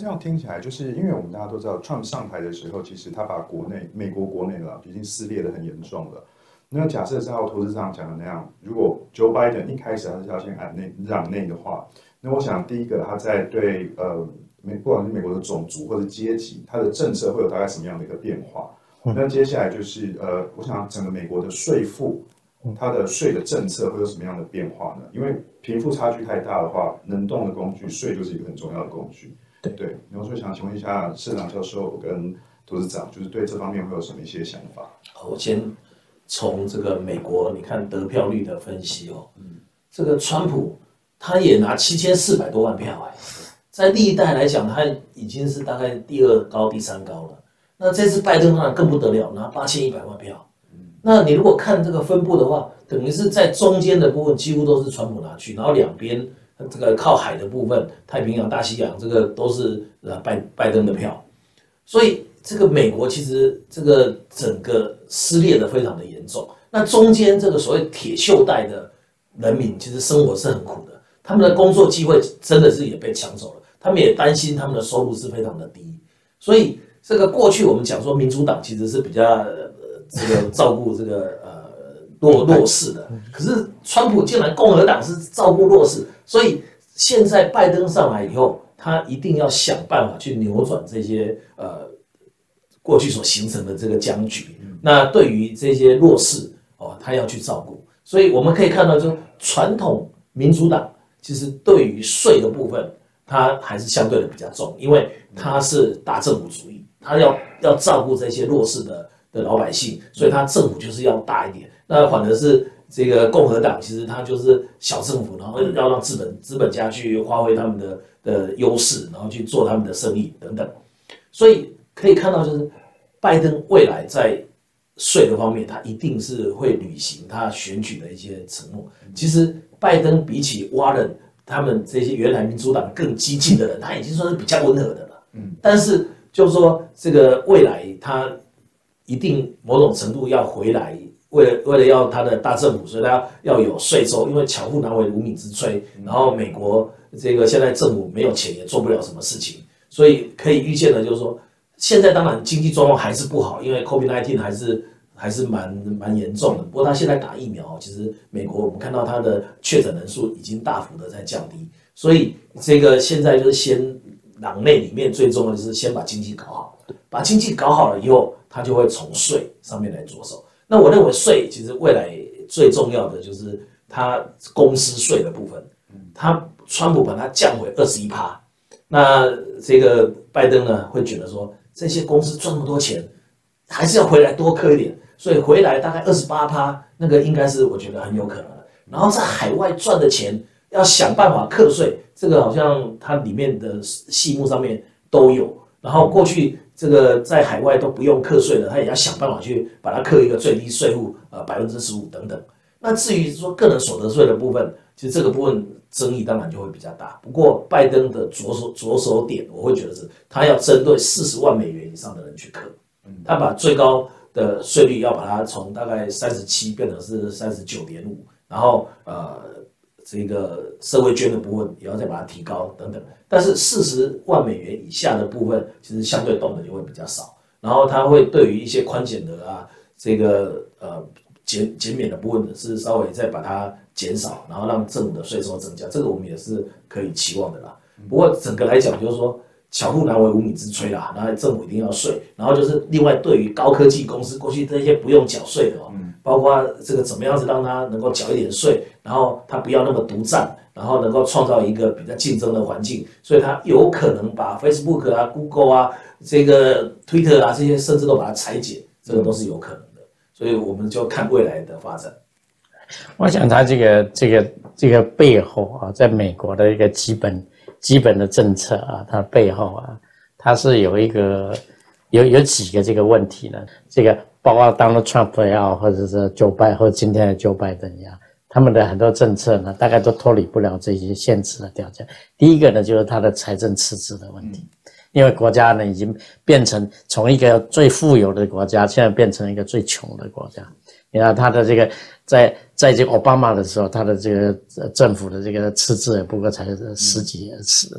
这样听起来，就是因为我们大家都知道，Trump 上台的时候，其实他把美国国内已经撕裂的很严重了。那假设照投资上讲的那样，如果 Joe Biden 一开始他是要先让内的话，那我想第一个他在对不管是美国的种族或者阶级，他的政策会有大概什么样的一个变化？那接下来就是我想整个美国的税负，它的税的政策会有什么样的变化呢？因为贫富差距太大的话，能动的工具，税就是一个很重要的工具。对，然后所以想请问一下社长教授跟投资长，就是对这方面会有什么一些想法？ 我先从这个美国，你看得票率的分析哦，这个川普他也拿7400多万票在历代来讲，他已经是大概第2高、第3高了。那这次拜登当然更不得了，拿8100万票。那你如果看这个分布的话，等于是在中间的部分几乎都是川普拿去，然后两边这个靠海的部分，太平洋、大西洋这个都是拜登的票。所以这个美国其实这个整个撕裂的非常的严重。那中间这个所谓铁锈带的人民，其实生活是很苦的，他们的工作机会真的是也被抢走了，他们也担心他们的收入是非常的低。所以这个过去我们讲说民主党其实是比较这个照顾这个弱势的，可是川普竟然共和党是照顾弱势，所以现在拜登上来以后，他一定要想办法去扭转这些过去所形成的这个僵局。那对于这些弱势他要去照顾，所以我们可以看到，就传统民主党其实对于税的部分，它还是相对的比较重，因为它是大政府主义，它要照顾这些弱势的老百姓，所以它政府就是要大一点。那反而是这个共和党，其实它就是小政府，然后要让资本家去发挥他们的优势，然后去做他们的生意等等。所以可以看到，就是拜登未来在税的方面，他一定是会履行他选举的一些承诺。其实拜登比起Warren他们这些原来民主党更激进的人，他已经算是比较温和的了。但是就是说，这个未来他一定某种程度要回来，为了要他的大政府，所以他要有税收，因为巧妇难为无米之炊。然后美国这个现在政府没有钱，也做不了什么事情，所以可以预见的就是说，现在当然经济状况还是不好，因为 COVID-19 还是蛮严重的。不过他现在打疫苗，其实美国我们看到他的确诊人数已经大幅的在降低，所以这个现在就是先党内里面最重要的是先把经济搞好，把经济搞好了以后，他就会从税上面来着手。那我认为税其实未来最重要的就是他公司税的部分，川普把它降回21%，那这个拜登呢会觉得说这些公司赚那么多钱，还是要回来多课一点，所以回来大概28%，那个应该是我觉得很有可能的。然后在海外赚的钱要想办法课税，这个好像它里面的细目上面都有。然后过去这个在海外都不用课税的，他也要想办法去把它课一个最低税负15%等等。那至于说个人所得税的部分，其实这个部分争议当然就会比较大。不过拜登的着手点，我会觉得是他要针对40万美元以上的人去课，他把最高的税率要把它从大概37变成是39.5，然后这个社会捐的部分也要再把它提高等等。但是40万美元以下的部分，其实相对动的就会比较少。然后它会对于一些宽减的这个减免的部分是稍微再把它减少，然后让政府的税收增加，这个我们也是可以期望的啦。不过整个来讲就是说，巧妇难为无米之炊啦，然后政府一定要税，然后就是另外对于高科技公司过去这些不用缴税的包括这个怎么样子让它能够缴一点税，然后它不要那么独占，然后能够创造一个比较竞争的环境，所以它有可能把 Facebook Google 这个 Twitter 这些甚至都把它裁减，这个都是有可能的，所以我们就看未来的发展。 我想它这个背后在美国的一个基本的政策它背后它是有几个这个问题呢？这个包括 Donald Trump 也好，或者是Joe Biden或今天的Joe Biden 一样，他们的很多政策呢，大概都脱离不了这些限制的条件。第一个呢，就是它的财政赤字的问题，因为国家呢已经变成从一个最富有的国家，现在变成一个最穷的国家。你看他的这个在这个奥巴马的时候，他的这个政府的这个赤字也不过才10几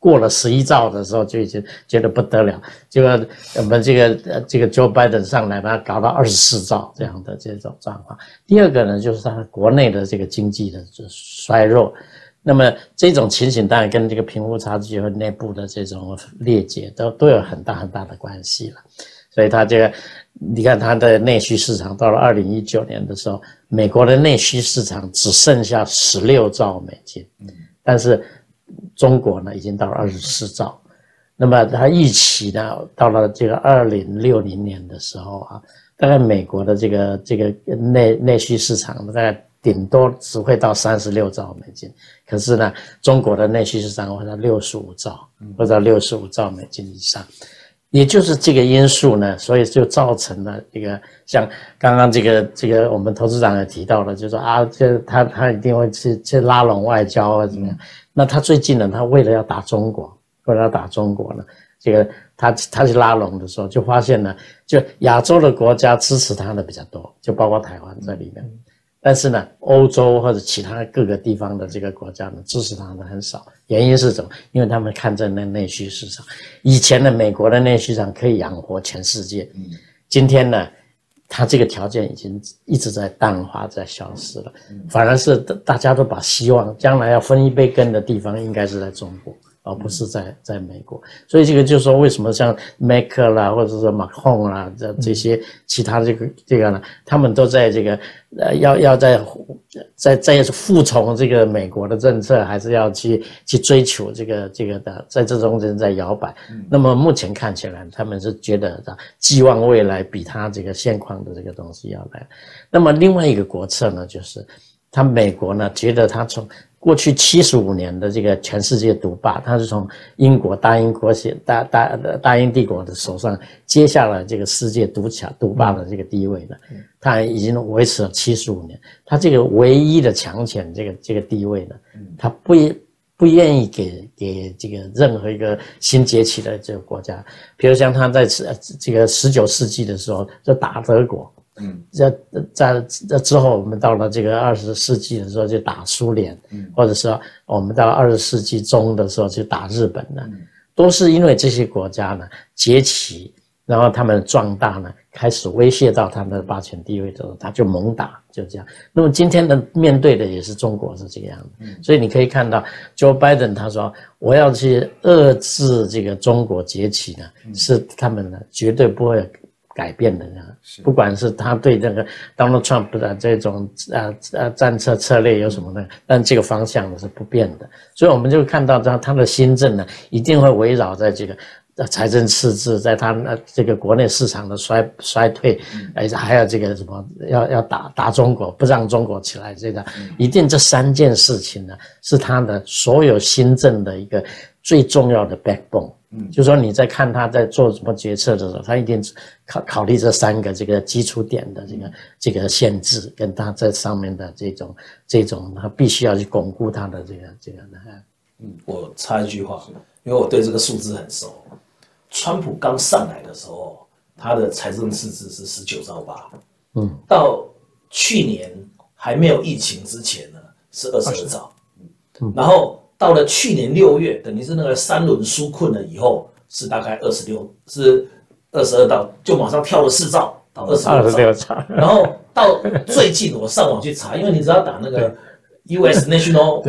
过了11兆的时候，就已经觉得不得了。结果我们这个 Joe Biden 上来，把它搞到24兆这样的这种状况。第二个呢，就是他国内的这个经济的衰弱。那么这种情形当然跟这个贫富差距和内部的这种裂解都有很大的关系了。所以他这个，你看他的内需市场到了2019年的时候，美国的内需市场只剩下16兆美金，但是中国呢已经到了24兆。那么他预期呢，到了这个2060年的时候啊，大概美国的这个内需市场大概顶多只会到36兆美金，可是呢，中国的内需市场会到65兆，或者65兆美金以上。也就是这个因素呢，所以就造成了一个像刚刚这个我们投资长也提到了，就是说啊，他一定会去拉拢外交啊怎么样？那他最近呢，他为了要打中国呢，这个他去拉拢的时候，就发现呢，就亚洲的国家支持他的比较多，就包括台湾在里面。但是呢，欧洲或者其他各个地方的这个国家呢，支持他的很少。原因是什么？因为他们看中那内需市场。以前的美国的内需市场可以养活全世界，今天呢，它这个条件已经一直在淡化，在消失了。反而是大家都把希望将来要分一杯羹的地方，应该是在中国，而不是在美国。所以这个就是说，为什么像梅克啦，或者是马克宏啦，这些其他这个呢，他们都在这个要在服从这个美国的政策，还是要去追求这个的，在这中间在摇摆。那么目前看起来，他们是觉得寄望未来比他这个现况的这个东西要来。那么另外一个国策呢，就是他美国呢觉得他从过去75年的这个全世界独霸，他是从英国大英帝国的手上接下了这个世界独霸的这个地位呢，他已经维持了75年。他这个唯一的强权这个地位呢，他不愿意给这个任何一个新崛起的这个国家，比如像他在这个19世纪的时候就打德国。在之后，我们到了这个20世纪的时候就打苏联，或者说我们到20世纪中的时候就打日本呢，都是因为这些国家呢崛起，然后他们壮大呢，开始威胁到他们的霸权地位的时候，他就猛打，就这样。那么今天的面对的也是中国是这个样子，所以你可以看到 Joe Biden 他说我要去遏制这个中国崛起呢，是他们呢绝对不会改变的，不管是他对这个 Donald Trump 的这种战策略有什么呢？但这个方向呢是不变的，所以我们就看到他的新政呢一定会围绕在这个财政赤字，在他这个国内市场的衰退，还有这个什么要打中国，不让中国起来，这个一定这3件事情呢是他的所有新政的一个最重要的 backbone。就是说你在看他在做什么决策的时候，他一定考虑这3个这个基础点的这个限制，跟他在上面的这种他必须要去巩固他的这个。 我插一句话，因为我对这个数字很熟。川普刚上来的时候，他的财政赤字是19兆8，到去年还没有疫情之前呢是22兆，然后到了去年6月，等于是那个3轮纾困了以后，是大概是22兆，就马上跳了4兆到26兆，然后到最近我上网去查，因为你只要打那个 US National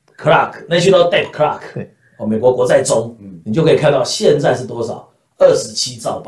National Debt Clock， 美国国债钟，你就可以看到现在是多少，27兆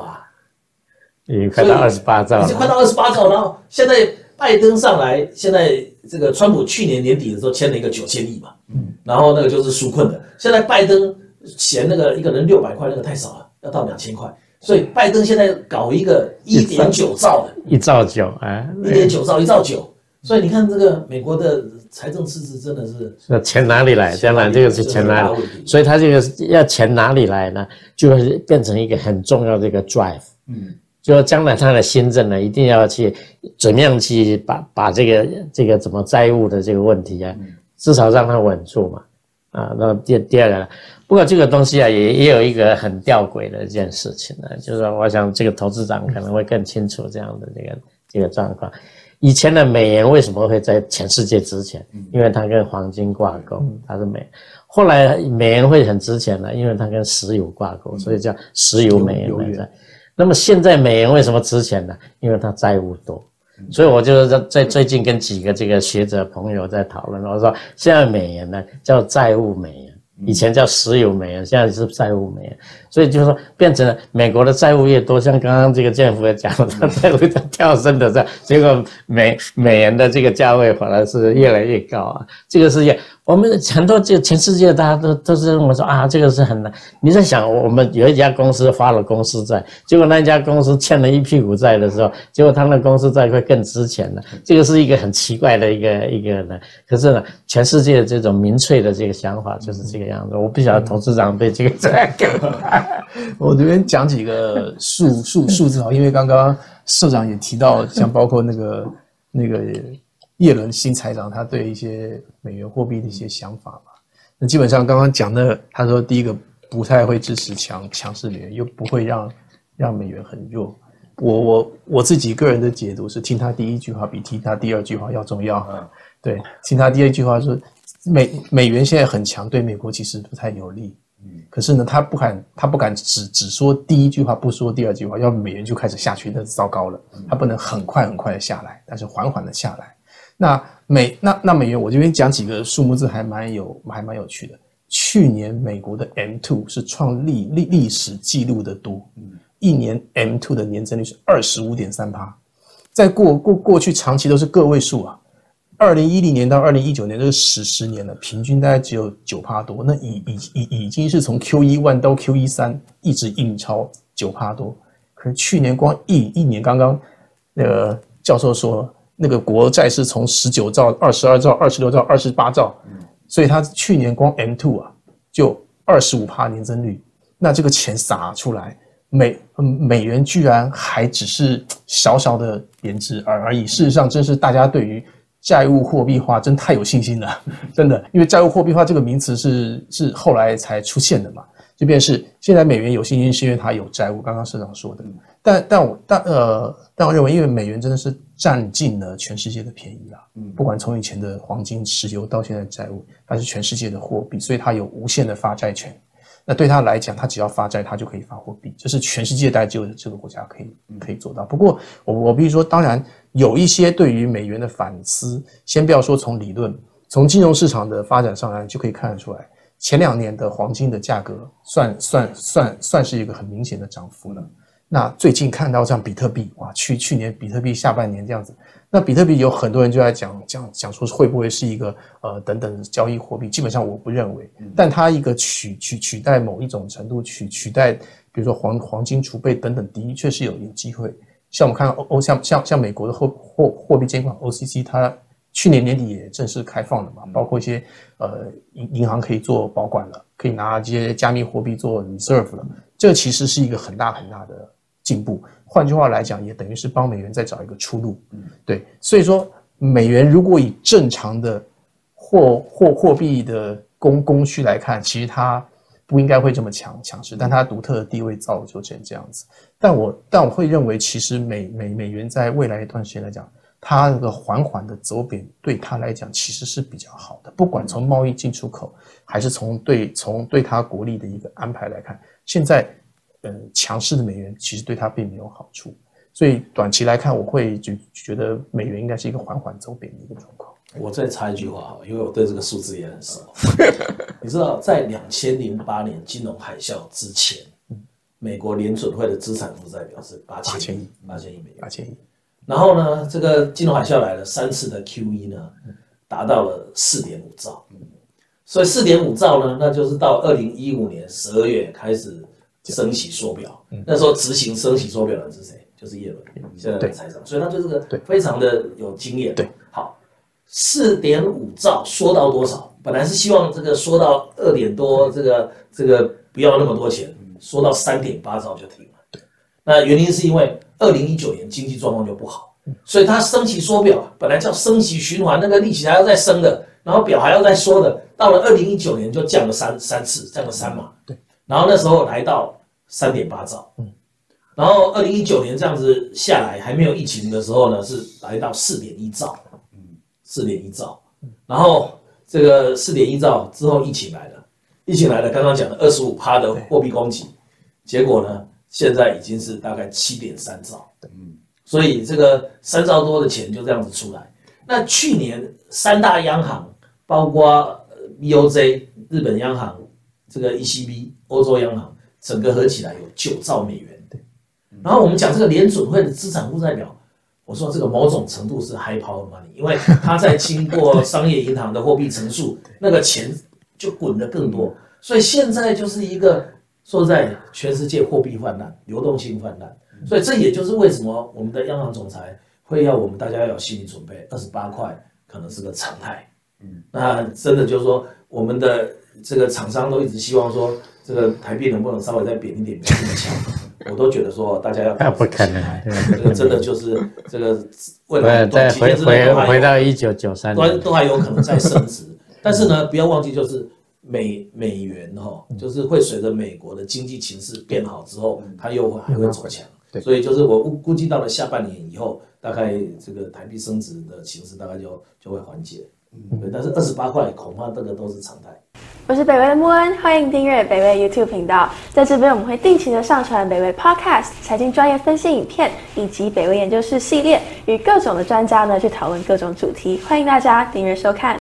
8， 已经快到28兆了， 已经快到28兆，然后现在拜登上来，现在这个川普去年年底的时候签了一个9000亿嘛，然后那个就是纾困的，现在拜登嫌那个一个人600块那个太少了，要到2000块，所以拜登现在搞一个1.9兆的 ，1兆9，哎 ，1.9兆，1兆9，所以你看这个美国的财政赤字真的是钱哪里来？当然这个是钱哪里，所以他这个要钱哪里来呢？就会变成一个很重要的一个 drive。就将来他的新政呢，一定要去怎么样去把这个怎么债务的这个问题啊，至少让它稳住嘛。那第二个呢，不过这个东西啊，也有一个很吊诡的一件事情呢，就是说我想这个投资长可能会更清楚这样的这个状况。以前的美元为什么会在全世界值钱？因为它跟黄金挂钩，它是后来美元会很值钱了，因为它跟石油挂钩，所以叫石油美元。那么现在美元为什么值钱呢？因为它债务多。所以我就是在最近跟几个这个学者朋友在讨论，我说现在美元呢叫债务美元，以前叫石油美元，现在是债务美元，所以就是说变成了美国的债务越多，像刚刚这个建福也讲了，它债务在跳升的在，结果美元的这个价位反而是越来越高啊，这个是我们很多这全世界大家都是认为说啊，这个是很难。你在想，我们有一家公司发了公司债，结果那家公司欠了一屁股债的时候，结果他那公司债会更值钱了。这个是一个很奇怪的一个呢。可是呢，全世界的这种民粹的这个想法就是这个样子。我不晓得董事长对这个债， 我这边讲几个数字因为刚刚社长也提到，像包括那个耶伦新财长他对一些美元货币的一些想法嘛，那基本上刚刚讲的，他说第一个不太会支持强势美元，又不会让美元很弱。我自己个人的解读是，听他第一句话比听他第二句话要重要。对，听他第二句话说美元现在很强，对美国其实不太有利。可是呢，他不敢只说第一句话，不说第二句话，要美元就开始下去，那糟糕了。他不能很快的下来，但是缓缓的下来。那美元，我这边讲几个数目字还蛮有趣的。去年美国的 M2 是创历史纪录的多，一年 M2 的年增率是 25.3%， 在过去长期都是个位数啊。2010年到2019年，这是10年了，平均大概只有 9% 多，那已经是从 Q1 到 Q13 一直印钞 9% 多。可是去年光一年，刚刚那个教授说，那个国债是从19兆、22兆、26兆、28兆，所以他去年光 M2 啊就 25% 年增率，那这个钱撒出来，美元居然还只是小小的贬值而已。事实上，真是大家对于债务货币化真太有信心了，真的，因为债务货币化这个名词是后来才出现的嘛。即便是现在美元有信心，是因为它有债务，刚刚社长说的。但我认为，因为美元真的是占尽了全世界的便宜啦。不管从以前的黄金、石油到现在的债务，它是全世界的货币，所以它有无限的发债权。那对他来讲，他只要发债，他就可以发货币，这是全世界大概只有这个国家可以做到。不过我必须说，当然有一些对于美元的反思，先不要说从理论，从金融市场的发展上来就可以看得出来。前2年的黄金的价格算是一个很明显的涨幅了。那最近看到像比特币，哇，去年比特币下半年这样子，那比特币有很多人就在讲说会不会是一个等等的交易货币？基本上我不认为，但它一个取代某一种程度，取代比如说黄金储备等等，的确是有机会。像我们看像美国的货币监管 OCC， 它去年年底也正式开放了嘛，包括一些银行可以做保管了，可以拿这些加密货币做 reserve 了，这其实是一个很大的进步。换句话来讲，也等于是帮美元再找一个出路。对，所以说美元如果以正常的货币的供需来看，其实它不应该会这么强势，但它独特的地位造就成这样子。但我会认为，其实美元在未来一段时间来讲，它那个缓缓的走贬对它来讲其实是比较好的，不管从贸易进出口，还是从对它国力的一个安排来看，现在强势的美元其实对它并没有好处，所以短期来看，我会觉得美元应该是一个缓缓走贬的一个状况。 我再插一句话哈，因为我对这个数字也很熟。你知道，在2008年金融海啸之前，美国联准会的资产负债表是8000亿美元，8000亿。然后呢，这个金融海啸来了，3次的 QE 呢，达到了4.5兆。所以4.5兆呢，那就是到2015年12月开始升息缩表。那时候执行升息缩表的是谁？就是耶伦，现在的财长。所以他对这个非常的有经验。对，好，4.5兆缩到多少？本来是希望这个缩到2点多，这个不要那么多钱，缩到3.8兆就停了。对，那原因是因为2019年经济状况就不好，所以他升息缩表，本来叫升息循环，那个利息还要再升的，然后表还要再缩的，到了2019年就降了三次，降了3码。对，然后那时候来到3.8兆。然后2019年这样子下来，还没有疫情的时候呢，是来到4.1兆，4.1兆。然后这个4.1兆之后疫情来了， 疫情来了，刚刚讲的25%的货币供给，结果呢，现在已经是大概7.3兆，所以这个3兆多的钱就这样子出来。那去年3大央行，包括BOJ 日本央行、这个 ECB 欧洲央行，整个合起来有9兆美元。然后我们讲这个联准会的资产负债表，我说这个某种程度是 high power money， 因为它在经过商业银行的货币乘数，那个钱就滚得更多。所以现在就是一个说实在，全世界货币泛滥，流动性泛滥，所以这也就是为什么我们的央行总裁会要我们大家要有心理准备，28块可能是个常态。那真的就是说，我们的这个厂商都一直希望说，这个台币能不能稍微再贬一点，没这么强。我都觉得说，大家要不可能， 这个真的就是这个未来再回到1993年， 都还有可能再升值。但是呢，不要忘记就是美元就是会随着美国的经济情势变好之后，它又还会走强。所以就是我估计到了下半年以后，大概这个台币升值的情势大概就会缓解。对，但是28块恐怕这个都是常态。 我是北威的穆恩，欢迎订阅北威 YouTube 频道。在这边我们会定期的上传北威 Podcast 财经专业分析影片，以及北威研究室系列，与各种的专家呢去讨论各种主题，欢迎大家订阅收看。